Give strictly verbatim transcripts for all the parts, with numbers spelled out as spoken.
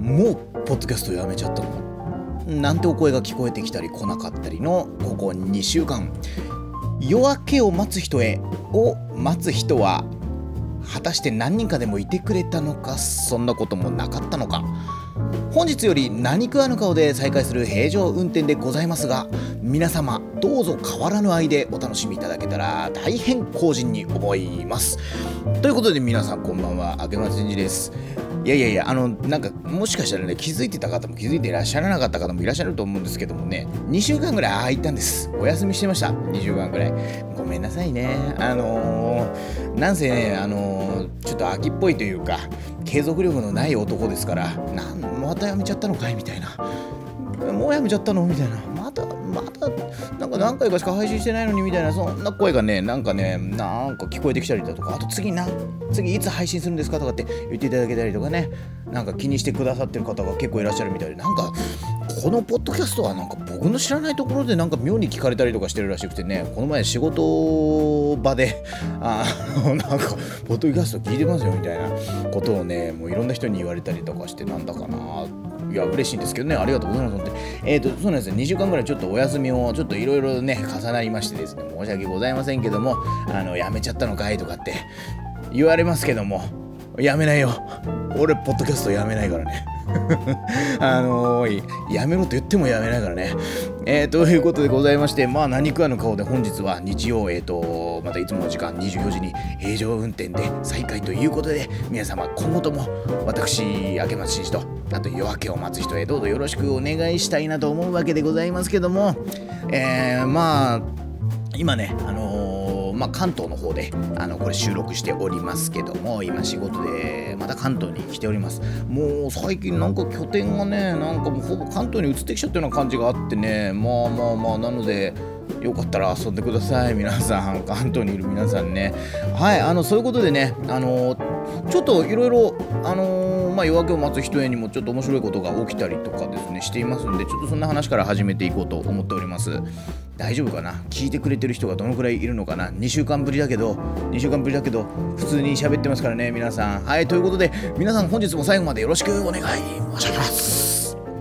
もうポッドキャストやめちゃったのなんてお声が聞こえてきたり来なかったりのここにしゅうかん、夜明けを待つ人へを待つ人は果たして何人かでもいてくれたのか、そんなこともなかったのか。本日より何食わぬ顔で再開する平常運転でございますが、皆様どうぞ変わらぬ愛でお楽しみいただけたら大変光神に思います。ということで皆さんこんばんは、明けまつじです。いやいやいや、あのなんかもしかしたらね、気づいてた方も気づいていらっしゃらなかった方もいらっしゃると思うんですけどもね、にしゅうかんぐらい空いたんです。お休みしてました。にしゅうかんぐらいごめんなさいね。あのー、なんせね、あのー、ちょっと秋っぽいというか継続力のない男ですから、なんまたやめちゃったのかいみたいな、もうやめちゃったのみたいな、またまたなんか何回かしか配信してないのにみたいな、そんな声がね、なんかね、なんか聞こえてきたりだとか、あと次な次いつ配信するんですかとかって言っていただけたりとかね、なんか気にしてくださってる方が結構いらっしゃるみたいで、なんかこのポッドキャストはなんか僕の知らないところでなんか妙に聞かれたりとかしてるらしくてね、この前仕事場であなんかポッドキャスト聞いてますよみたいなことをね、もういろんな人に言われたりとかして、なんだかないや嬉しいんですけどね、ありがとうございます。えっとそうなんですよ、にしゅうかんぐらいちょっとお休みをちょっといろいろね重なりましてですね、申し訳ございませんけども、あのやめちゃったのかいとかって言われますけども、やめないよ、俺ポッドキャストやめないからねあのー、やめろと言ってもやめないからね。えー、ということでございまして、まあ何食わぬ顔で本日は日曜、えーとまたいつもの時間にじゅうよじに平常運転で再開ということで、皆様今後とも私明松紳士と、あと夜明けを待つ人へどうぞよろしくお願いしたいなと思うわけでございますけども、えー、まあ今ね、あのーまあ、関東の方であのこれ収録しておりますけども、今仕事でまた関東に来ております。もう最近なんか拠点がね、なんかもうほぼ関東に移ってきちゃったような感じがあってね、まあまあまあ、なのでよかったら遊んでください、皆さん、関東にいる皆さんね。はい、あのそういうことでね、あのちょっといろいろあのー、まあ夜明けを待つ人へにもちょっと面白いことが起きたりとかですねしていますんで、ちょっとそんな話から始めていこうと思っております。大丈夫かな、聞いてくれてる人がどのくらいいるのかな。にしゅうかんぶりだけどにしゅうかんぶりだけど普通に喋ってますからね、皆さん。はい、ということで皆さん本日も最後までよろしくお願い申し上げます。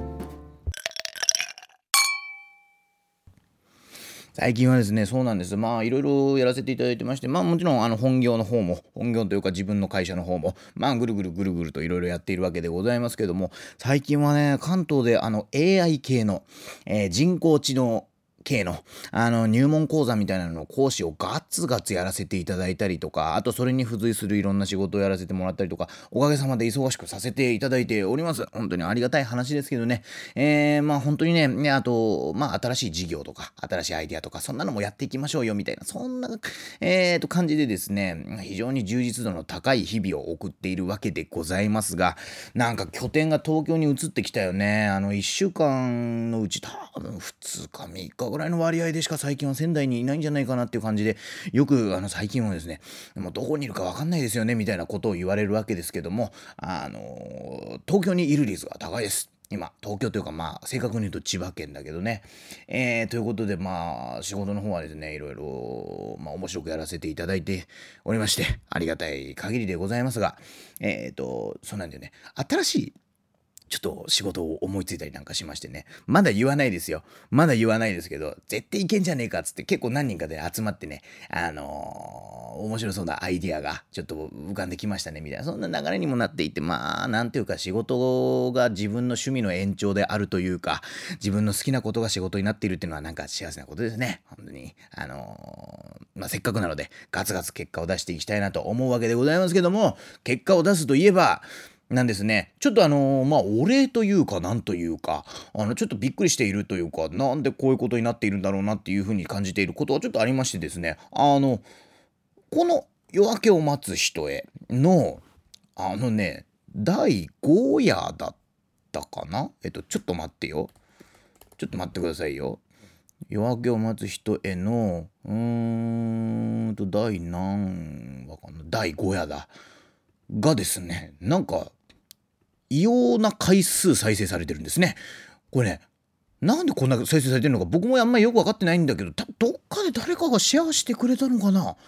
最近はですね、そうなんです。まあいろいろやらせていただいてまして、まあもちろんあの本業の方も、本業というか自分の会社の方も、まあぐるぐるぐるぐるといろいろやっているわけでございますけども、最近はね、関東であの エーアイ 系の、えー人工知能系のあの入門講座みたいなのの講師をガツガツやらせていただいたりとか、あとそれに付随するいろんな仕事をやらせてもらったりとか、おかげさまで忙しくさせていただいております。本当にありがたい話ですけどね。えー、まあ本当にね、ね、あとまあ新しい事業とか新しいアイデアとか、そんなのもやっていきましょうよみたいな、そんなえーと感じでですね、非常に充実度の高い日々を送っているわけでございますが、なんか拠点が東京に移ってきたよね。あのいっしゅうかんのうち多分ふつかみっかぐらいの割合でしか最近は仙台にいないんじゃないかなっていう感じで、よくあの最近はですね、もうどこにいるか分かんないですよねみたいなことを言われるわけですけども、あの東京にいる率が高いです。今東京というか、まあ正確に言うと千葉県だけどね。えー、ということで、まあ仕事の方はですね、いろいろまあ面白くやらせていただいておりまして、ありがたい限りでございますが、えーとそうなんだよね、新しいちょっと仕事を思いついたりなんかしましてね。まだ言わないですよ。まだ言わないですけど、絶対いけんじゃねえかっつって結構何人かで集まってね、あのー、面白そうなアイディアがちょっと浮かんできましたねみたいな、そんな流れにもなっていて、まあなんていうか、仕事が自分の趣味の延長であるというか、自分の好きなことが仕事になっているっていうのはなんか幸せなことですね。本当に。あのー、まあせっかくなのでガツガツ結果を出していきたいなと思うわけでございますけども、結果を出すといえば、なんですね。ちょっとあのー、まあ、お礼というか、なんというか、あの、ちょっとびっくりしているというか、なんでこういうことになっているんだろうなっていうふうに感じていることはちょっとありましてですね、あの、この夜明けを待つ人への、あのね、だいご夜だったかな。えっと、ちょっと待ってよ。ちょっと待ってくださいよ。夜明けを待つ人への、うーんと、第何話かな。だいご夜だ。がですね、なんか、異様な回数再生されてるんですね。これね、なんでこんな再生されてるのか僕もあんまりよく分かってないんだけど、たどっかで誰かがシェアしてくれたのかな。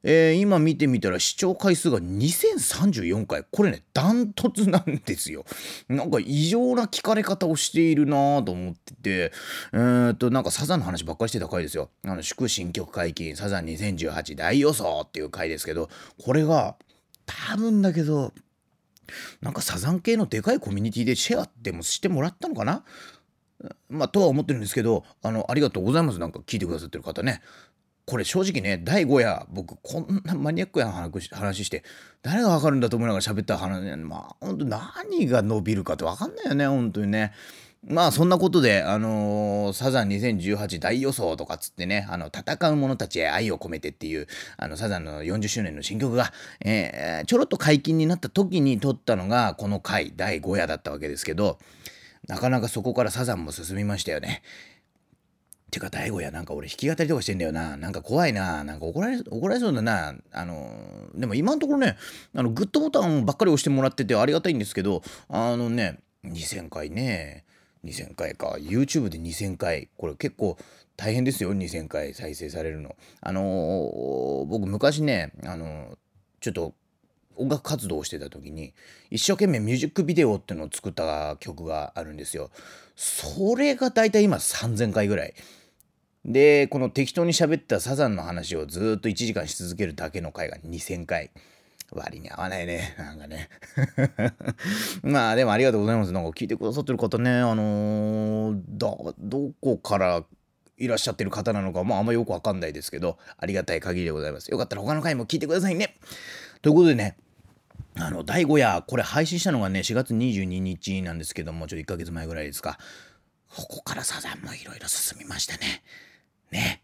えー今見てみたら視聴回数がにせんさんじゅうよんかい。これね、ダントツなんですよ。なんか異常な聞かれ方をしているなぁと思ってて、えーっと、なんかサザンの話ばっかりしてた回ですよ。あの、祝新曲解禁、サザンにせんじゅうはち大予想っていう回ですけど、これが、多分だけど、なんかサザン系のでかいコミュニティでシェアってもしてもらったのかな。まあ、とは思ってるんですけど、あの、ありがとうございます。なんか聞いてくださってる方ね。これ正直ね、だいご夜、僕、こんなマニアックな話話して、誰がわかるんだと思いながら喋った話ね、まあ、ほんと何が伸びるかってわかんないよね、本当にね。まあ、そんなことで、あのーサザンにせんじゅうはち大予想とかっつってね、あの、戦う者たちへ愛を込めてっていう、あの、サザンのよんじゅっしゅうねんの新曲が、えーちょろっと解禁になった時に撮ったのが、この回、だいご夜だったわけですけど、なかなかそこからサザンも進みましたよね。てか大悟やなんか俺弾き語りとかしてんだよな。なんか怖いな。なんか怒られ怒られそうだな。あのーでも今のところね、あのグッドボタンばっかり押してもらっててありがたいんですけど、あのね、にせんかいね。にせんかいか。YouTube でにせんかい。これ結構大変ですよ。にせんかい再生されるの。あのー僕昔ね、あのーちょっと音楽活動をしてた時に一生懸命ミュージックビデオっていうのを作った曲があるんですよ。それがだいたい今さんぜんかいぐらい。で、この適当に喋ったサザンの話をずーっといちじかんし続けるだけの回がにせんかい。割に合わないね。なんかね。まあでもありがとうございます。なんか聞いてくださってる方ね、あのーだ、どこからいらっしゃってる方なのか、まああんまよくわかんないですけど、ありがたい限りでございます。よかったら他の回も聞いてくださいね。ということでね、あの、だいご夜、これ配信したのがね、しがつにじゅうににちなんですけども、ちょっといっかげつまえぐらいですか。ここからサザンもいろいろ進みましたね。ね。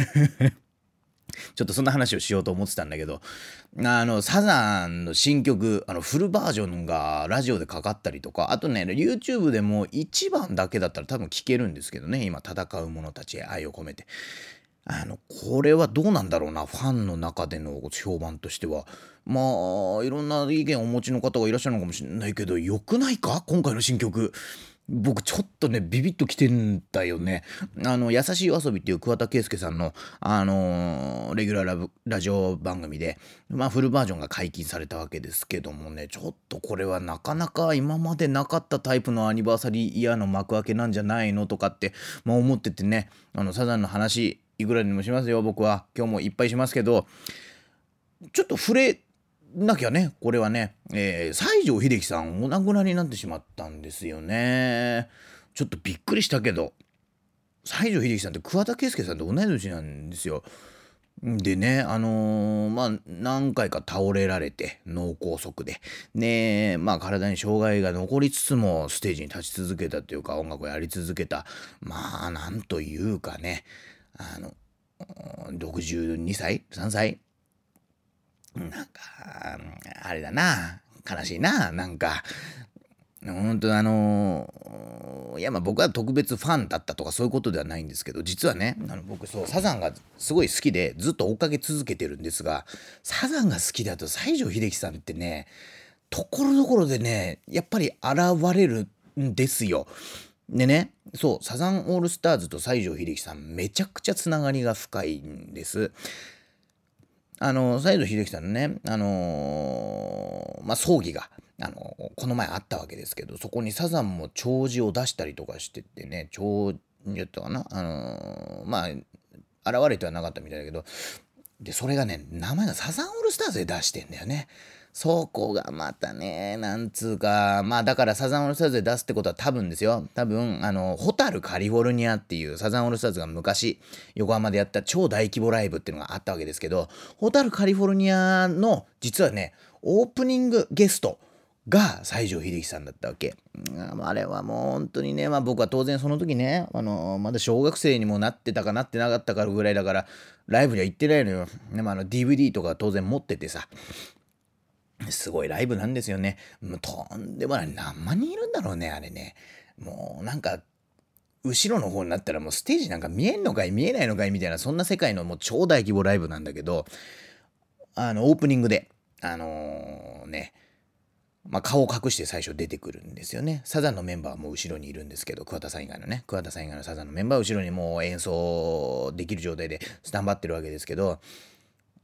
ちょっとそんな話をしようと思ってたんだけど、あの、サザンの新曲、あの、フルバージョンがラジオでかかったりとか、あとね、YouTube でもいちばんだけだったら多分聞けるんですけどね、今、戦う者たちへ愛を込めて。あの、これはどうなんだろうな、ファンの中での評判としては。まあ、いろんな意見をお持ちの方がいらっしゃるのかもしれないけど、良くないか今回の新曲。僕ちょっとね、ビビッときてんだよね。あの、優しい夜遊びっていう桑田佳祐さんの、あのーレギュラーラブラジオ番組で、まあ、フルバージョンが解禁されたわけですけどもね、ちょっとこれはなかなか今までなかったタイプのアニバーサリーイヤーの幕開けなんじゃないのとかって、まあ、思っててね、あの、サザンの話、いくらにもしますよ、僕は。今日もいっぱいしますけど、ちょっと触れなきゃね、これはね、えー、西城秀樹さんお亡くなりになってしまったんですよね。ちょっとびっくりしたけど、西城秀樹さんって桑田佳祐さんと同い年なんですよ。でね、あのーまあ、何回か倒れられて、脳梗塞で。ね、まあ、体に障害が残りつつも、ステージに立ち続けたというか、音楽をやり続けた。まあ、なんというかね、あの、ろくじゅうにさい ?さん 歳なんか、あれだな。悲しいな。なんか、本当あのーいやまあ僕は特別ファンだったとかそういうことではないんですけど、実はね、あの僕そうサザンがすごい好きでずっと追っかけ続けてるんですが、サザンが好きだと西城秀樹さんってね、ところどころでね、やっぱり現れるんですよ。でね、そう、サザンオールスターズと西城秀樹さんめちゃくちゃつながりが深いんです。あの、西城秀樹さんのね、あのーまあ、葬儀が、あのーこの前あったわけですけど、そこにサザンも弔辞を出したりとかしててね、弔辞だったかな、あのーまあ、現れてはなかったみたいだけど、で、それがね、名前がサザンオールスターズで出してんだよね。そこがまたね、なんつうか、まあだからサザンオールスターズで出すってことは多分ですよ。多分、あの、ホタルカリフォルニアっていうサザンオールスターズが昔、横浜でやった超大規模ライブっていうのがあったわけですけど、ホタルカリフォルニアの、実はね、オープニングゲスト、が西城秀樹さんだったわけ。うんあれはもう本当にね、まあ僕は当然その時ね、あのまだ小学生にもなってたかなってなかったかぐらいだから、ライブには行ってないのよ。でもあの ディーブイディー とか当然持っててさ、すごいライブなんですよね。もうとんでもない。何万人いるんだろうね、あれね。もうなんか、後ろの方になったらもうステージなんか見えんのかい見えないのかいみたいな、そんな世界のもう超大規模ライブなんだけど、あの、オープニングで、あのーね、まあ、顔を隠して最初出てくるんですよね。サザンのメンバーも後ろにいるんですけど、桑田さん以外のね、桑田さん以外のサザンのメンバーは後ろにもう演奏できる状態でスタンバってるわけですけど、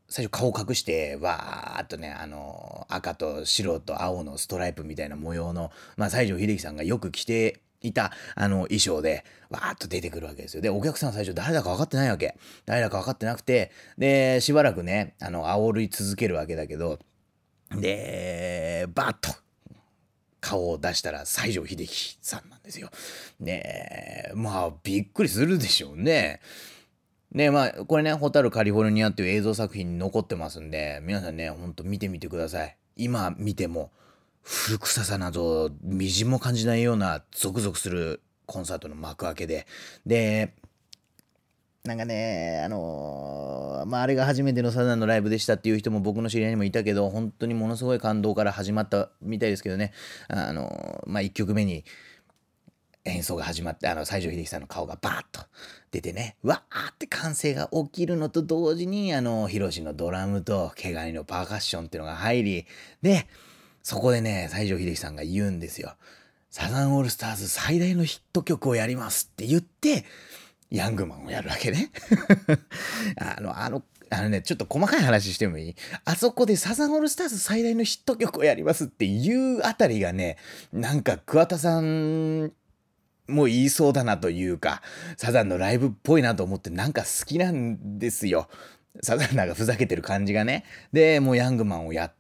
最初顔隠して、わーっとね、あの、赤と白と青のストライプみたいな模様の、まあ、西城秀樹さんがよく着ていた、あの、衣装で、わーっと出てくるわけですよ。で、お客さんは最初誰だか分かってないわけ。誰だか分かってなくて、で、しばらくね、あの、煽り続けるわけだけど、で、バーッと顔を出したら西城秀樹さんなんですよ。ねえ、まあ、びっくりするでしょうね。で、まあ、これね、ホタルカリフォルニアっていう映像作品に残ってますんで、皆さんね、ほんと見てみてください。今見ても、古臭さなど、みじんも感じないような、ゾクゾクするコンサートの幕開けで。で、なんかね、あのーまあ、あれが初めてのサザンのライブでしたっていう人も僕の知り合いにもいたけど、本当にものすごい感動から始まったみたいですけどね、あのーまあ、いっきょくめに、演奏が始まって、あの、西城秀樹さんの顔がバーッと出てね、わーって歓声が起きるのと同時に、あの、ヒロシのドラムと毛ガニのパーカッションっていうのが入り、で、そこでね、西城秀樹さんが言うんですよ。サザンオールスターズ最大のヒット曲をやりますって言って、ヤングマンをやるわけね。あの、あの、あのね、ちょっと細かい話してもいい？あそこでサザンオールスターズ最大のヒット曲をやりますっていうあたりがね、なんか桑田さんもう言いそうだなというか、サザンのライブっぽいなと思ってなんか好きなんですよ。サザンなんかふざけてる感じがね。で、もうヤングマンをやって、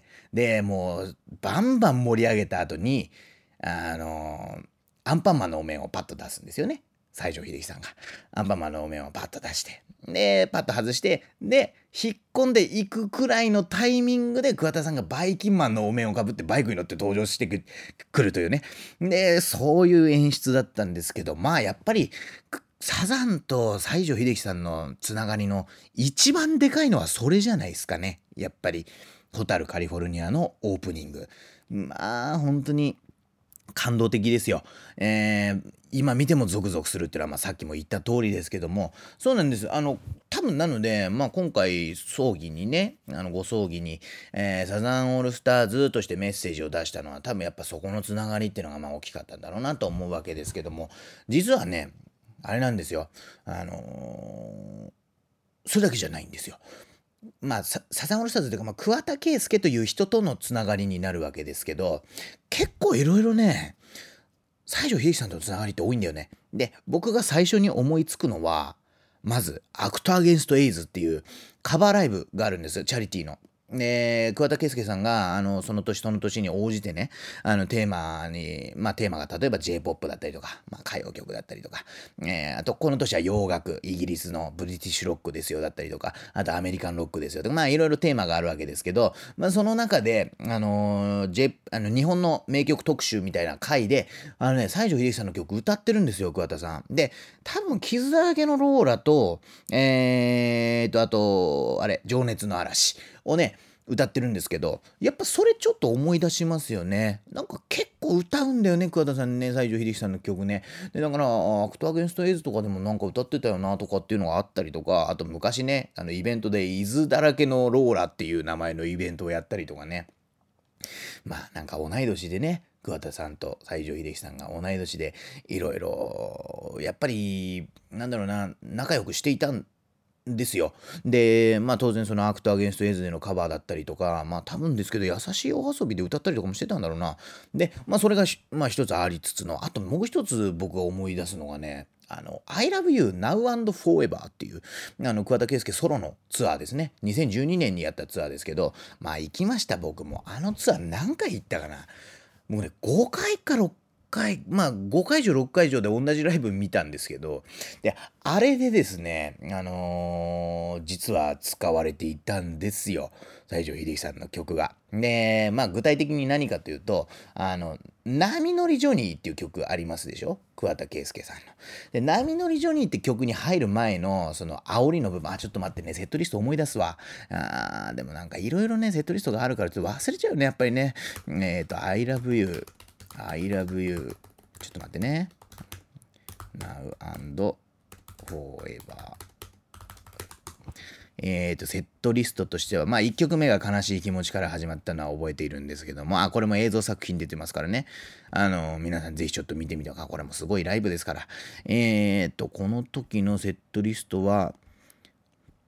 で、もうバンバン盛り上げた後に、あのアンパンマンのお面をパッと出すんですよね。西城秀樹さんが。アンパンマンのお面をパッと出して。で、パッと外して、で、引っ込んでいくくらいのタイミングで桑田さんがバイキンマンのお面をかぶってバイクに乗って登場してくくるというね。で、そういう演出だったんですけど、まあやっぱり、サザンと西城秀樹さんのつながりの一番でかいのはそれじゃないですかね。やっぱり、ホタルカリフォルニアのオープニング。まあ、本当に感動的ですよ。えー今見てもゾクゾクするっていうのは、まあ、さっきも言った通りですけども、そうなんです。あの、多分なので、まあ、今回葬儀にね、あのご葬儀に、えーサザンオールスターズとしてメッセージを出したのは、多分やっぱそこのつながりっていうのがまあ大きかったんだろうなと思うわけですけども、実はね、あれなんですよ。あのーそれだけじゃないんですよ。まあ、ササザンオールスターズというか、まあ、桑田佳祐という人とのつながりになるわけですけど、結構いろいろね、西城秀樹さんとのつながりって多いんだよね。で、僕が最初に思いつくのは、まず、アクトアゲンストエイズっていうカバーライブがあるんですよ、チャリティーの。で、桑田佳祐さんが、あの、その年その年に応じてね、あの、テーマに、まあ、テーマが例えば J-ポップ だったりとか、まあ、歌謡曲だったりとか、えー、あと、この年は洋楽、イギリスのブリティッシュロックですよ、だったりとか、あとアメリカンロックですよ、とか、まあ、いろいろテーマがあるわけですけど、まあ、その中で、あのー J、あの、日本の名曲特集みたいな回で、あのね、西城秀樹さんの曲歌ってるんですよ、桑田さん。で、多分、傷だらけのローラと、えーと、あと、あれ、情熱の嵐をね、歌ってるんですけど、やっぱそれちょっと思い出しますよね。なんか結構歌うんだよね、桑田さんね、西城秀樹さんの曲ね。で、だから、アクトアゲンストエイズとかでもなんか歌ってたよなとかっていうのがあったりとか、あと昔ね、あのイベントで伊豆だらけのローラっていう名前のイベントをやったりとかね。まあなんか同い年でね、桑田さんと西城秀樹さんが同い年でいろいろやっぱりなんだろうな仲良くしていたんですよ。で、まあ当然そのアクトアゲンストエイズでのカバーだったりとか、まあ多分ですけど優しいお遊びで歌ったりとかもしてたんだろうな。で、まあそれがまあ一つありつつの、あともう一つ僕が思い出すのがね、あの、I love you now and forever っていう、あの、桑田佳祐ソロのツアーですね。にせんじゅうにねんにやったツアーですけど、まあ行きました僕も。あのツアー何回行ったかな。もうね、ごかいかろっかい、まあごかい以上ろっかい以上で同じライブ見たんですけど、で、あれでですね、あのー実は使われていたんですよ。西城秀樹さんの曲が。で、まあ具体的に何かというと、あの、波乗りジョニーっていう曲ありますでしょ、桑田佳祐さんの。で、波乗りジョニーって曲に入る前の、その煽りの部分、あ、ちょっと待ってね、セットリスト思い出すわ。あーでもなんかいろいろね、セットリストがあるからちょっと忘れちゃうね、やっぱりね。えっ、と、I love you, I love you. ちょっと待ってね。Now and forever。えーと、セットリストとしては、まあいっきょくめが悲しい気持ちから始まったのは覚えているんですけども、あ、これも映像作品出てますからね。あの、皆さんぜひちょっと見てみてください。これもすごいライブですから。えーと、この時のセットリストは、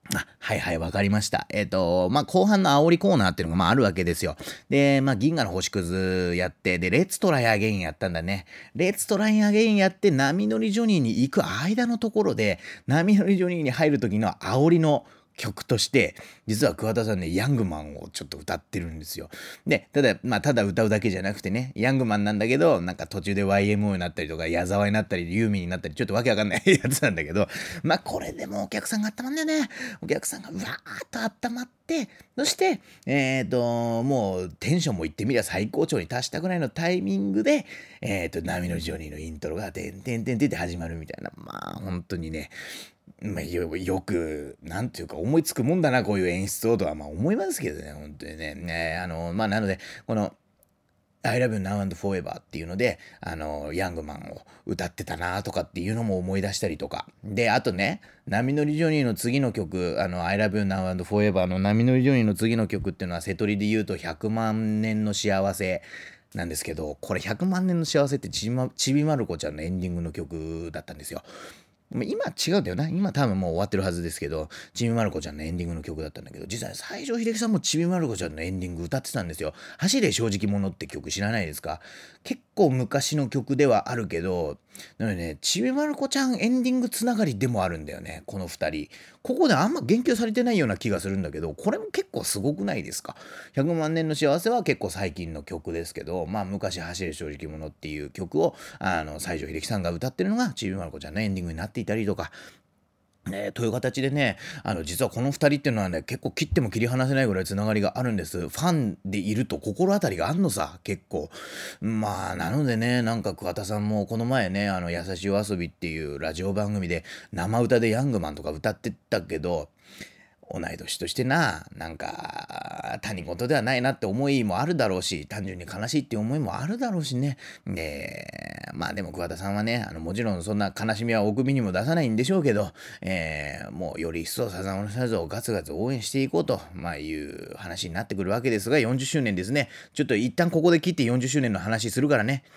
あ、はいはい、わかりました。えっ、と、まあ、後半の煽りコーナーっていうのが、まあ、あるわけですよ。で、まあ、銀河の星屑やって、で、レッツトライアゲインやったんだね。レッツトライアゲインやって、波乗りジョニーに行く間のところで、波乗りジョニーに入る時の煽りの曲として、実は桑田さんね、ヤングマンをちょっと歌ってるんですよ。で、ただ、まあ、ただ歌うだけじゃなくてね、ヤングマンなんだけど、なんか途中で ワイエムオー になったりとか、矢沢になったり、ユーミンになったり、ちょっとわけわかんないやつなんだけど、まあ、これでもお客さんが温まんだよね。お客さんがうわーっと温まって、そして、えっ、と、もうテンションも言ってみりゃ最高潮に達したぐらいのタイミングで、えっ、と、波のジョニーのイントロが、てんてんてんてんって始まるみたいな、まあ、本当にね、まあ、よよく、なんていうか、思いつくもんだな、こういう演出をとは、まあ、思いますけどね、本当にね。ねあの、まあ、なので、この、I love you now and forever っていうので、あの、ヤングマンを歌ってたなとかっていうのも思い出したりとか。で、あとね、波乗りジョニーの次の曲、あの、I love you now and forever の波乗りジョニーの次の曲っていうのは、瀬戸りで言うとひゃくまん年の幸せなんですけど、これひゃくまん年の幸せってちびまちびまる子ちゃんのエンディングの曲だったんですよ。まあ今違うんだよな。今多分もう終わってるはずですけど、ちびまる子ちゃんのエンディングの曲だったんだけど、実は西城秀樹さんもちびまる子ちゃんのエンディング歌ってたんですよ。走れ正直者って曲知らないですか？結構昔の曲ではあるけど、なのでね、ちびまる子ちゃんエンディングつながりでもあるんだよね、このふたり。ここであんま言及されてないような気がするんだけど、これも結構すごくないですか？ ひゃく 万年の幸せは結構最近の曲ですけど、まあ昔走れ正直者っていう曲を、あの、西城秀樹さんが歌ってるのがちびまる子ちゃんのエンディングになっていたりとか、ね、という形でね、あの実はこのふたりっていうのはね、結構切っても切り離せないぐらいつながりがあるんです。ファンでいると心当たりがあんのさ、結構。まあ、なのでね、なんか桑田さんもこの前ね、あの、優しいお遊びっていうラジオ番組で生歌でヤングマンとか歌ってたけど、同い年としてな、なんか、他人事ではないなって思いもあるだろうし、単純に悲しいって思いもあるだろうしね。で、まあでも桑田さんはね、あのもちろんそんな悲しみはお首にも出さないんでしょうけど、えー、もうより一層サザンオールスターズをガツガツ応援していこうと、まあ、いう話になってくるわけですが、よんじゅっしゅうねんですね。ちょっと一旦ここで切ってよんじゅっしゅうねんの話するからね。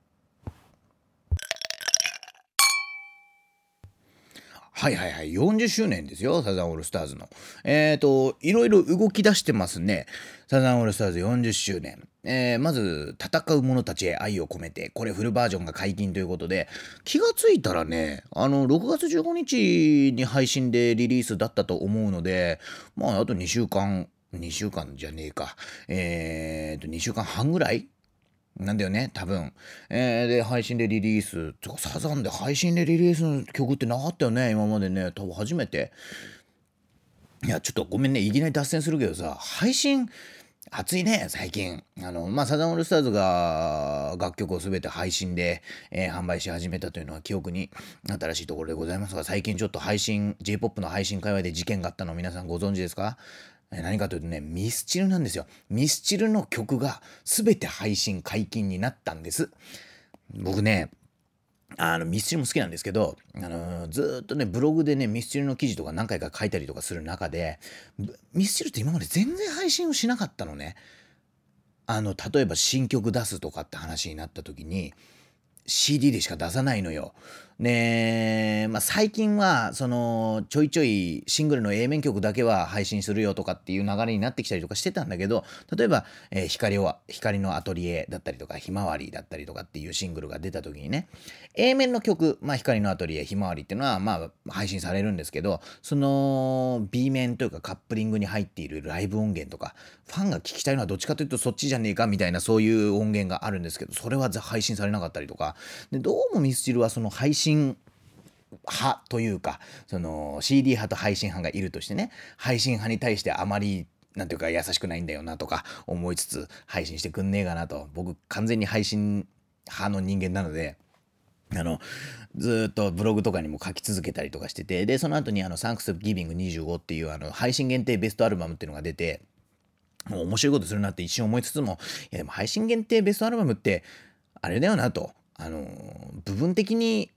はいはいはい、よんじゅっしゅうねんですよ、サザンオールスターズの。えっ、と、いろいろ動き出してますね。サザンオールスターズよんじゅっしゅうねん。えーまず、戦う者たちへ愛を込めて、これフルバージョンが解禁ということで、気がついたらね、あの、ろくがつじゅうごにちに配信でリリースだったと思うので、まあ、あとにしゅうかん、にしゅうかんじゃねえか。えっ、と、にしゅうかんはんぐらいなんだよね、多分。えーで、配信でリリース。てかサザンで配信でリリースの曲ってなかったよね、今までね。多分初めて。いや、ちょっとごめんね、いきなり脱線するけどさ、配信、熱いね、最近。あの、まあ、サザンオールスターズが楽曲をすべて配信で、えー販売し始めたというのは記憶に新しいところでございますが、最近ちょっと配信、J-ジェイポップ の配信界隈で事件があったのを皆さんご存知ですか？えー何かというとね、ミスチルなんですよ。ミスチルの曲がすべて配信解禁になったんです。僕ね、あのミスチルも好きなんですけど、あのーずーっとねブログでねミスチルの記事とか何回か書いたりとかする中で、ぶミスチルって今まで全然配信をしなかったのね。あの例えば新曲出すとかって話になった時に シーディー でしか出さないのよ。で、まあ、最近はそのちょいちょいシングルの A 面曲だけは配信するよとかっていう流れになってきたりとかしてたんだけど、例えば、えー光を光のアトリエだったりとかひまわりだったりとかっていうシングルが出た時にね、 A 面の曲、まあ、光のアトリエひまわりっていうのはまあ配信されるんですけど、その B 面というかカップリングに入っているライブ音源とか、ファンが聞きたいのはどっちかというとそっちじゃねえかみたいなそういう音源があるんですけど、それは配信されなかったりとかで、どうもミスチルはその配信派というか、その シーディー 派と配信派がいるとしてね、配信派に対してあまりなんていうか優しくないんだよなとか思いつつ、配信してくんねえかなと。僕完全に配信派の人間なので、あのずーっとブログとかにも書き続けたりとかしてて、でその後にあのサンクスギビングにじゅうごっていうあの配信限定ベストアルバムっていうのが出て、もう面白いことするなって一瞬思いつつも、いやでも配信限定ベストアルバムってあれだよなと、あの部分的に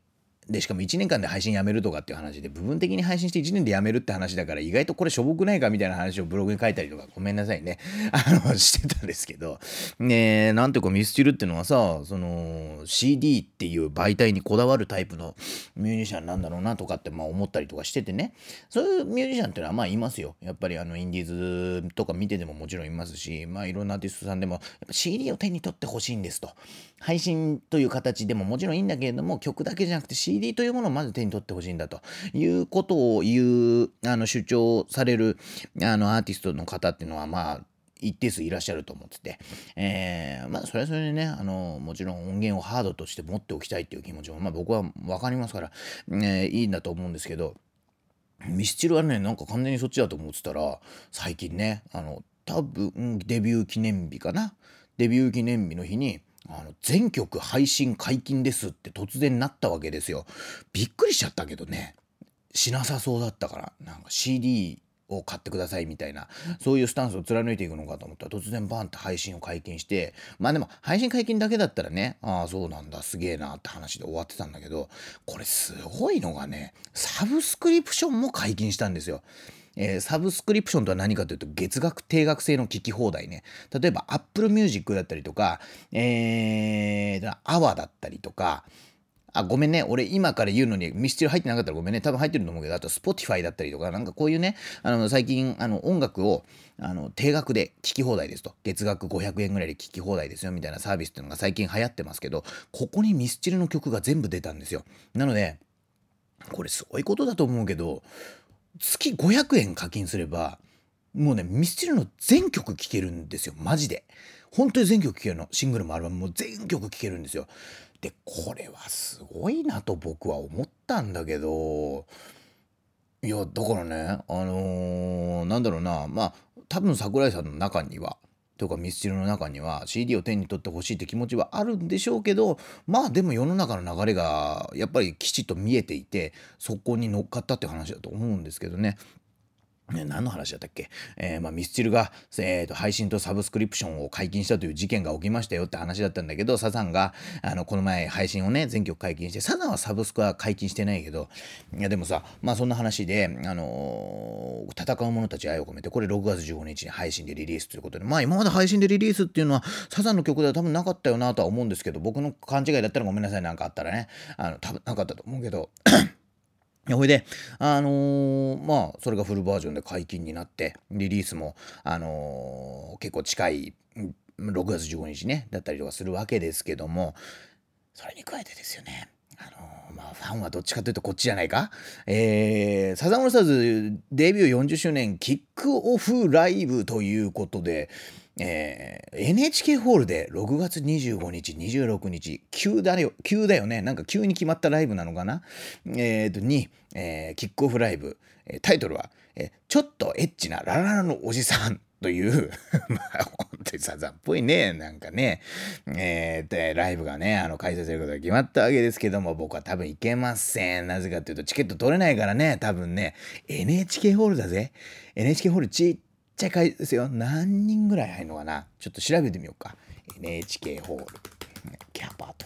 でしかもいちねんかんで配信やめるとかっていう話で、部分的に配信していちねんでやめるって話だから、意外とこれしょぼくないかみたいな話をブログに書いたりとか、ごめんなさいね、あのしてたんですけど、ねえ、なんていうかミスチルっていうのはさ、その シーディー っていう媒体にこだわるタイプのミュージシャンなんだろうなとかってまあ思ったりとかしててね、そういうミュージシャンっていうのはまあいますよ。やっぱりあのインディーズとか見ててももちろんいますし、まあいろんなアーティストさんでもやっぱ シーディー を手に取ってほしいんですと。配信という形でももちろんいいんだけれども、曲だけじゃなくて シーディー というものをまず手に取ってほしいんだということを言う、あの主張されるあのアーティストの方っていうのはまあ一定数いらっしゃると思ってて、えー、まあそれはそれでね、あのもちろん音源をハードとして持っておきたいっていう気持ちもまあ僕は分かりますから、えー、いいんだと思うんですけど、ミスチルはね、なんか完全にそっちだと思ってたら、最近ね、あの多分デビュー記念日かな、デビュー記念日の日にあの全曲配信解禁ですって突然なったわけですよ。びっくりしちゃったけどね、しなさそうだったから、なんか シーディー を買ってくださいみたいな、そういうスタンスを貫いていくのかと思ったら、突然バンって配信を解禁して、まあでも配信解禁だけだったらね、ああそうなんだすげえなって話で終わってたんだけど、これすごいのがね、サブスクリプションも解禁したんですよ。えーサブスクリプションとは何かというと、月額定額制の聞き放題ね。例えば Apple Music だったりとか、えー、アワだったりとか、あ、ごめんね。俺今から言うのにミスチル入ってなかったらごめんね。多分入ってると思うけど、あと Spotify だったりとか、なんかこういうね、あの最近あの音楽をあの定額で聴き放題ですと。月額ごひゃくえんぐらいで聴き放題ですよみたいなサービスっていうのが最近流行ってますけど、ここにミスチルの曲が全部出たんですよ。なので、これすごいことだと思うけど、月ごひゃくえん課金すれば、もうね、ミスチルの全曲聴けるんですよ。マジで。本当に全曲聴けるの。シングルもアルバムも全曲聴けるんですよ。で、これはすごいなと僕は思ったんだけど、いや、だからね、あのーなんだろうな、まあ、多分桜井さんの中には、とかミスチルの中には シーディー を手に取ってほしいって気持ちはあるんでしょうけど、まあでも世の中の流れがやっぱりきちっと見えていて、そこに乗っかったって話だと思うんですけどね。ね、何の話だったっけ、えーまあ、ミスチルが、えーと、配信とサブスクリプションを解禁したという事件が起きましたよって話だったんだけど、サザンがあのこの前配信をね全曲解禁して、サザンはサブスクは解禁してないけど、いやでもさ、まあそんな話で、あのー戦う者たち愛を込めて、これろくがつじゅうごにちに配信でリリースということで、まあ今まで配信でリリースっていうのはサザンの曲では多分なかったよなとは思うんですけど、僕の勘違いだったらごめんなさい、なんかあったらね、あの多分なかったと思うけどほいで、あのーまあ、それがフルバージョンで解禁になって、リリースも、あのー結構近い、んろくがつじゅうごにちね、だったりとかするわけですけども、それに加えてですよね、あのーまあ、ファンはどっちかというとこっちじゃないか、えー、サザンオールスターズデビューよんじゅっしゅうねんキックオフライブということで、えー エヌエイチケー ホールでろくがつにじゅうごにち、にじゅうろくにち、急だよ、急だよね。なんか急に決まったライブなのかな、えーと、に、えーキックオフライブ。えータイトルは、えーちょっとエッチなラララのおじさんという、まあ、本当にサザンっぽいね、なんかね、えーで、ライブがね、あの、開催することが決まったわけですけども、僕は多分行けません。なぜかというと、チケット取れないからね、多分ね、エヌエイチケー ホールだぜ。エヌエイチケー ホールちっちゃい会ですよ。何人ぐらい入るのかな、ちょっと調べてみようか。エヌエイチケー ホール、キャパと。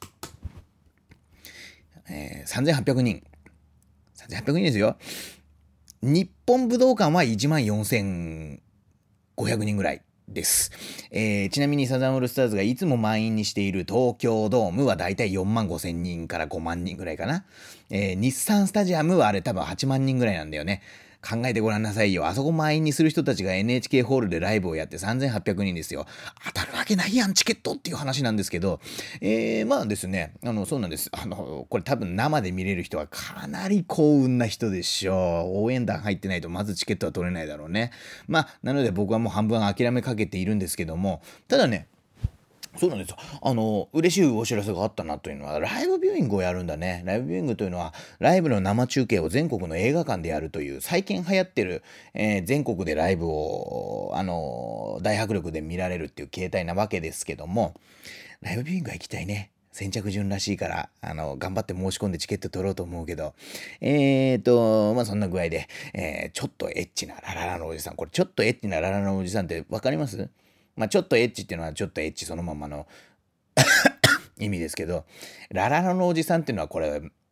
えー、さんぜんはっぴゃくにん。さんぜんはっぴゃくにんですよ。日本武道館はいちまんよんせんごひゃくにんぐらいです。えーちなみにサザンオールスターズがいつも満員にしている東京ドームはだいたいよんまんごせんにんからごまんにんぐらいかな。えー日産スタジアムはあれ多分はちまんにんぐらいなんだよね。考えてごらんなさいよ。あそこ満員にする人たちが エヌエイチケー ホールでライブをやってさんぜんはっぴゃくにんですよ。当たるわけないやん、チケットっていう話なんですけど、えー、まあですね、あの、そうなんです。あの、これ多分生で見れる人はかなり幸運な人でしょう。応援団入ってないとまずチケットは取れないだろうね。まあ、なので僕はもう半分諦めかけているんですけども、ただね、そうなんですよ。あの、嬉しいお知らせがあったなというのは、ライブビューイングをやるんだね。ライブビューイングというのは、ライブの生中継を全国の映画館でやるという、最近流行ってる、えー全国でライブを、あの、大迫力で見られるっていう形態なわけですけども、ライブビューイングは行きたいね。先着順らしいから、あの、頑張って申し込んでチケット取ろうと思うけど、えーと、まあそんな具合で、えーちょっとエッチなラララのおじさん。これ、ちょっとエッチなラララのおじさんってわかります？まあちょっとエッチっていうのはちょっとエッチそのままの意味ですけど、ラララのおじさんっていうのはこれ、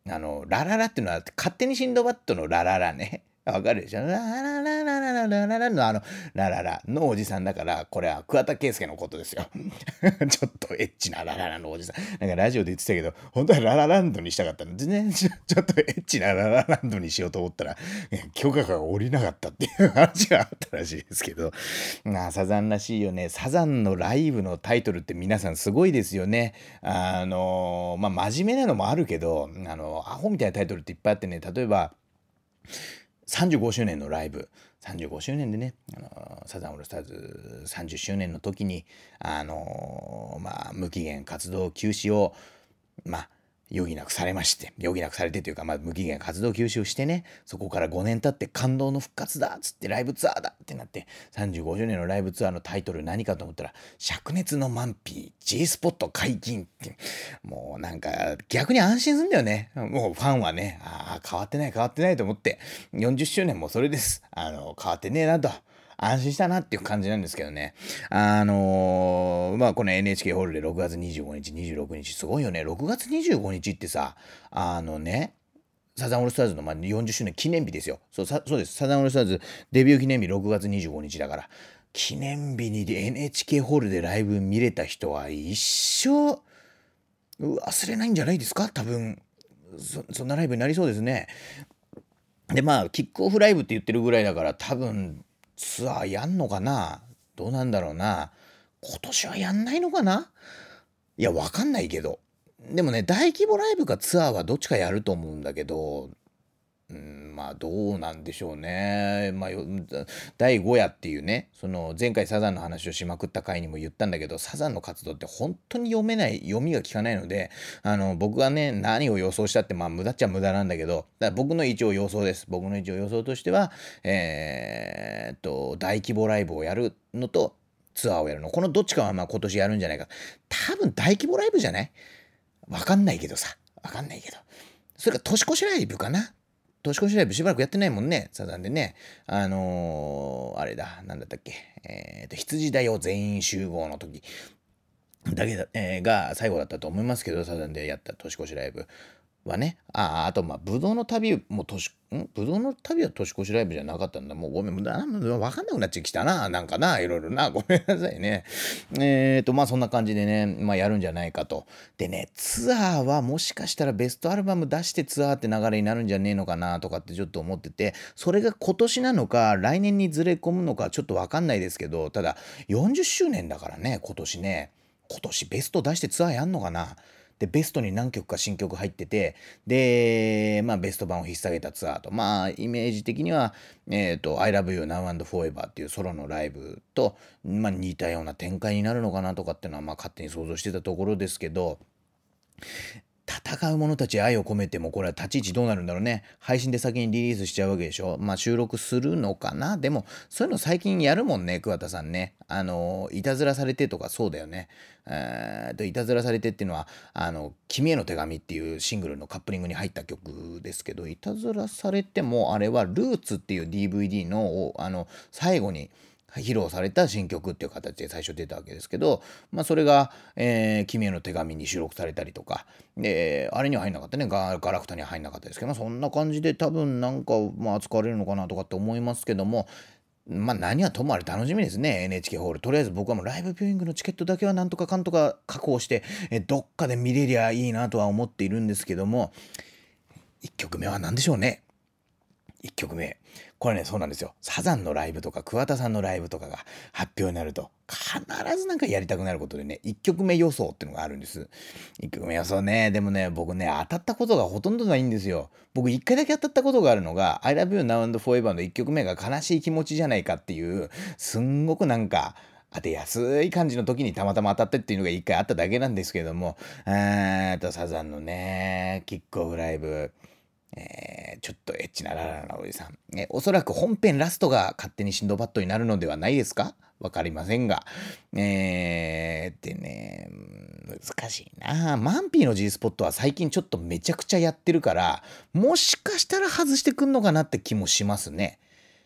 あの、ラララっていうのは、勝手にシンドバッドのラララね。わかるでしょ。ララララララララララのあの、ラララのおじさんだから、これは桑田佳祐のことですよ。ちょっとエッチなラララのおじさん。なんかラジオで言ってたけど、本当はララランドにしたかったの。全然ちょちょっとエッチなララランドにしようと思ったら、許可が下りなかったっていう話があったらしいですけど、まあ、サザンらしいよね。サザンのライブのタイトルって皆さんすごいですよね。あの、まあ、真面目なのもあるけど、あの、アホみたいなタイトルっていっぱいあってね、例えば、さんじゅうごしゅうねんのライブ、さんじゅうごしゅうねんでね、あのサザンオールスターズさんじゅっしゅうねんの時に、あのまあ、無期限活動休止を、まあ、余儀なくされまして、余儀なくされてというか、まあ、無期限活動休止をしてね、そこからごねん経って感動の復活だっつってライブツアーだってなって、さんじゅうごしゅうねんのライブツアーのタイトル何かと思ったら、灼熱のマンピー、G スポット解禁って、もうなんか逆に安心するんだよね。もうファンはね、ああ、変わってない変わってないと思って、よんじゅっしゅうねんもそれです。あの、変わってねえなと。安心したなっていう感じなんですけどね。あのー、まあこの エヌエイチケー ホールでろくがつにじゅうごにち、にじゅうろくにち、すごいよね。ろくがつにじゅうごにちってさ、あのね、サザンオールスターズのまあよんじゅっしゅうねん記念日ですよ。そう、さそうです。サザンオールスターズデビュー記念日ろくがつにじゅうごにちだから、記念日に エヌエイチケー ホールでライブ見れた人は一生忘れないんじゃないですか多分。そそんなライブになりそうですね。でまあキックオフライブって言ってるぐらいだから多分ツアーやんのかな、どうなんだろうな。今年はやんないのかな。いや、わかんないけど。でもね、大規模ライブかツアーはどっちかやると思うんだけど、うん、まあどうなんでしょうね。まあよだいご夜っていうね、その前回サザンの話をしまくった回にも言ったんだけど、サザンの活動って本当に読めない、読みが効かないので、あの僕はね、何を予想したってまあ無駄っちゃ無駄なんだけど、だから僕の一応予想です。僕の一応予想としては、えー、っと大規模ライブをやるのとツアーをやるの、このどっちかはまあ今年やるんじゃないか。多分大規模ライブじゃない？わかんないけどさ、わかんないけど。それか年越しライブかな。年越しライブしばらくやってないもんね、サザンでね。あのー、あれだ、なんだったっけ。えっ、と、羊だよ全員集合の時だけだ、えーが最後だったと思いますけど、サザンでやった年越しライブはね。ああ、あと、まあ、ぶどうの旅も年、んぶどうの旅は年越しライブじゃなかったんだ。もうごめん、だわかんなくなっちゃきたな。なんかな、いろいろな。ごめんなさいね。えっと、まあ、そんな感じでね、まあ、やるんじゃないかと。でね、ツアーはもしかしたらベストアルバム出してツアーって流れになるんじゃねえのかなとかってちょっと思ってて、それが今年なのか、来年にずれ込むのか、ちょっとわかんないですけど、ただ、よんじゅっしゅうねんだからね、今年ね。今年ベスト出してツアーやんのかな。でベストに何曲か新曲入ってて、でまあベスト版を引っ提げたツアーと、まあイメージ的にはえっ、と I love you now and forever っていうソロのライブと、まあ、似たような展開になるのかなとかっていうのはまあ勝手に想像してたところですけど、戦う者たちへ愛を込めてもこれは立ち位置どうなるんだろうね。配信で先にリリースしちゃうわけでしょ。まあ収録するのかな。でもそういうの最近やるもんね、桑田さんね。あのいたずらされてとかそうだよね。えー、といたずらされてっていうのはあの君への手紙っていうシングルのカップリングに入った曲ですけど、いたずらされてもあれはルーツっていう ディーブイディー のあの最後に披露された新曲っていう形で最初出たわけですけど、まあ、それが、えー君への手紙に収録されたりとか、で、あれには入んなかったね、ガガラクタには入んなかったですけど、まあ、そんな感じで多分なんか、まあ、扱われるのかなとかって思いますけども、まあ何はともあれ楽しみですね、エヌエイチケー ホール。とりあえず僕はもうライブビューイングのチケットだけはなんとかかんとか確保して、えどっかで見れりゃいいなとは思っているんですけども、いっきょくめは何でしょうね。いっきょくめ。これね、そうなんですよ。サザンのライブとか桑田さんのライブとかが発表になると、必ずなんかやりたくなることでね、いっきょくめ予想っていうのがあるんです。いっきょくめ予想ね、でもね、僕ね、当たったことがほとんどないんですよ。僕いっかいだけ当たったことがあるのが、I love you now and forever のいっきょくめが悲しい気持ちじゃないかっていう、すんごくなんか、当てやすい感じの時にたまたま当たってっていうのがいっかいあっただけなんですけども、えーと、サザンのね、キックオフライブ、えーちょっとエッチなラララなおじさん。えーおそらく本編ラストが勝手にシンドバッドになるのではないですか？わかりませんが。えー、でね、うん難しいな。マンピーの G スポットは最近ちょっとめちゃくちゃやってるから、もしかしたら外してくんのかなって気もしますね。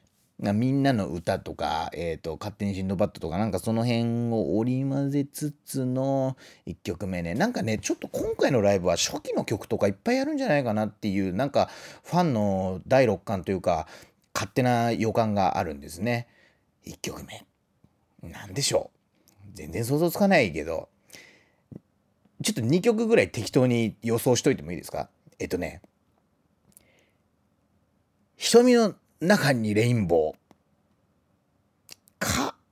みんなの歌とか、えーと、勝手にシンドバッドとかなんかその辺を織り交ぜつつのいっきょくめね、なんかねちょっと今回のライブは初期の曲とかいっぱいやるんじゃないかなっていうなんかファンの第六感というか勝手な予感があるんですね。いっきょくめなんでしょう、全然想像つかないけどちょっとにきょくぐらい適当に予想しといてもいいですか。えっとね瞳の中にレインボーか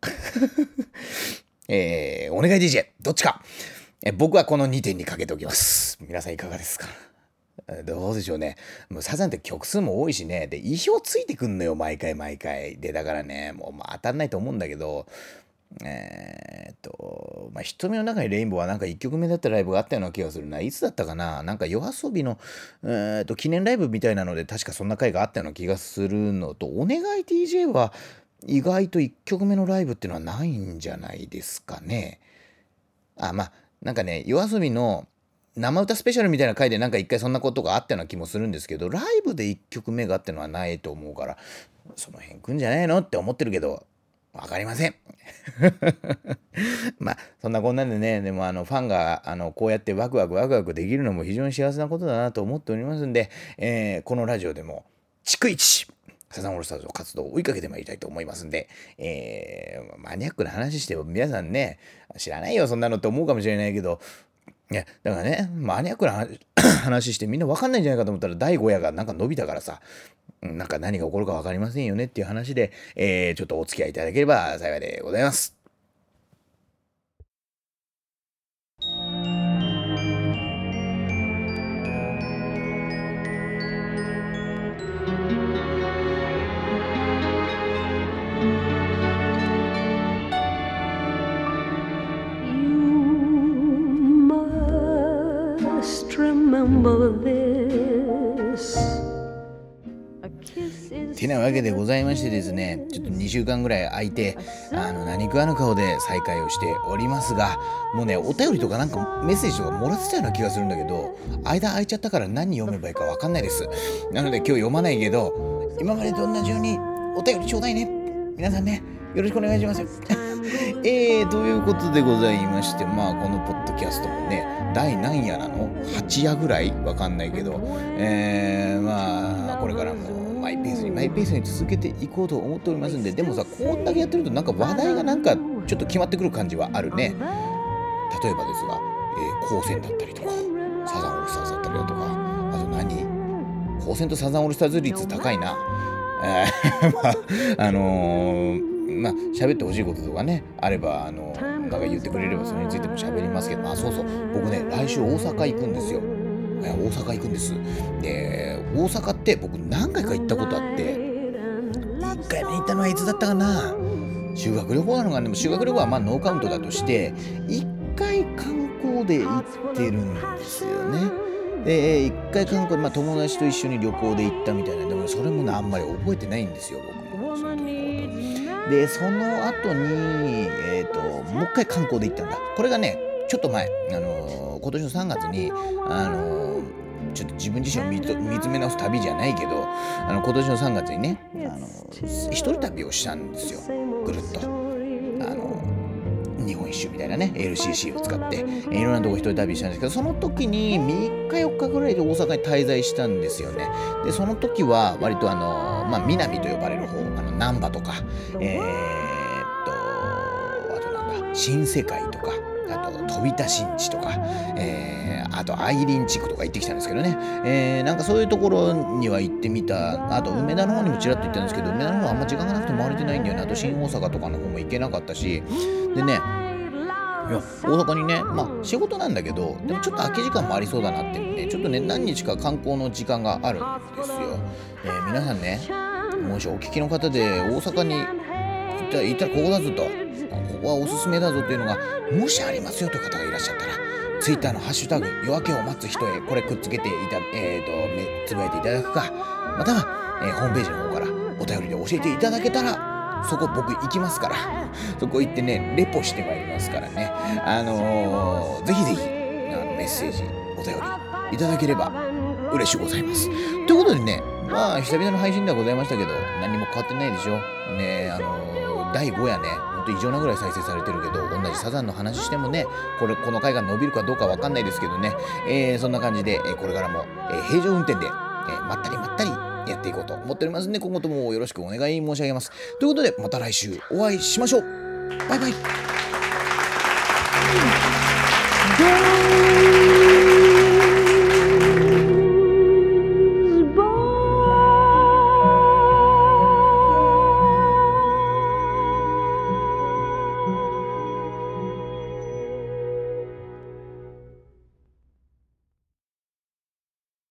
えー、お願い ディージェー どっちか。え僕はこのにてんにかけておきます。皆さんいかがですか。どうでしょうね。もうサザンって曲数も多いしね、で意表ついてくんのよ毎回毎回で、だからねもう、まあ、当たんないと思うんだけど、えー、っとまあ瞳の中にレインボーはなんかいっきょくめだったライブがあったような気がするな。いつだったかな、なんか夜遊びの、えー、っと記念ライブみたいなので確かそんな回があったような気がするのと、お願い ディージェー は意外といっきょくめのライブっていうのはないんじゃないですかね。あ、まあなんかね夜遊びの生歌スペシャルみたいな回でなんか一回そんなことがあったような気もするんですけど、ライブでいっきょくめがあってのはないと思うから、その辺くんじゃないのって思ってるけどわかりませんまあそんなこんなんでね、でもあのファンがあのこうやってワクワクワクワクできるのも非常に幸せなことだなと思っておりますんで、えーこのラジオでも逐一サザンオールスターズの活動を追いかけてまいりたいと思いますんで、えーマニアックな話しても皆さんね知らないよそんなのって思うかもしれないけど、いやだからねマニアックな話話してみんな分かんないんじゃないかと思ったらだいご夜がなんか伸びたからさ、なんか何が起こるか分かりませんよねっていう話で、えーちょっとお付き合いいただければ幸いでございます。てなわけでございましてですね、ちょっとにしゅうかんぐらい空いてあの何食わぬ顔で再会をしておりますが、もうねお便りとかなんかメッセージとかもらってたような気がするんだけど、間空いちゃったから何読めばいいか分かんないです。なので今日読まないけど今までと同じようにお便りちょうだいね皆さんね、よろしくお願いしますよえーということでございまして、まあこのポッドキャストもね第何夜なのはち夜ぐらいわかんないけど、えー、まあこれからもマイペースにマイペースに続けていこうと思っておりますんで、でもさこんだけやってるとなんか話題がなんかちょっと決まってくる感じはあるね。例えばですが、えー、高専だったりとかサザンオールスターズだったりだとか、あと何高専とサザンオールスターズ率高いな。えー、まああのーまあ喋ってほしいこととかねあれば、あのなんか言ってくれればそれについても喋りますけど、あそうそう僕ね来週大阪行くんですよ。大阪行くんです。で大阪って僕何回か行ったことあって、いっかいめに行ったのはいつだったかな、修学旅行なのかな。でも修学旅行はまあノーカウントだとしていっかい観光で行ってるんですよね。でいっかい観光で、まあ、友達と一緒に旅行で行ったみたいな。でもそれもねあんまり覚えてないんですよ僕もその時のことで、その後にえっ、ー、ともう一回観光で行ったんだ。これがねちょっと前、あのー、今年のさんがつにあのーちょっと自分自身を見つ、見つめ直す旅じゃないけど、あの今年のさんがつにね、あの一人旅をしたんですよ。ぐるっとあの日本一周みたいなね エルシーシー を使っていろんなとこ一人旅したんですけど、その時にみっかよっかぐらいで大阪に滞在したんですよね。でその時は割とあの、まあ、南と呼ばれる方、あの難波とかえー、っとあとなんだ新世界とか、あと飛田新地とか、えー、あと愛林地区とか行ってきたんですけどね、えー、なんかそういうところには行ってみた。あと梅田の方にもちらっと行ったんですけど、梅田の方はあんま時間がなくて回れてないんだよね。あと新大阪とかの方も行けなかったし、でねいや大阪にね、まあ仕事なんだけどでもちょっと空き時間もありそうだなってね、ちょっとね何日か観光の時間があるんですよ。えー、皆さんねもしお聞きの方で大阪に行ったら、行ったらここだぞと、ここはおすすめだぞっていうのがもしありますよという方がいらっしゃったら、ツイッターのハッシュタグ夜明けを待つ人へこれくっつけていた、えー、とつぶやいていただくか、または、えー、ホームページの方からお便りで教えていただけたらそこ僕行きますから、そこ行ってねレポしてまいりますからね、あのー、ぜひぜひあのメッセージお便りいただければ嬉しゅうございます。ということでね、まあ久々の配信ではございましたけど、 何も変わってないでしょね。あのー、だいごやね、ほんと異常なぐらい再生されてるけど、同じサザンの話してもね、これこの回が伸びるかどうかわかんないですけどね、えー、そんな感じで、えー、これからも、えー、平常運転で、えー、まったりまったりやっていこうと思っておりますんで、今後ともよろしくお願い申し上げます。ということで、また来週お会いしましょう。バイバイ。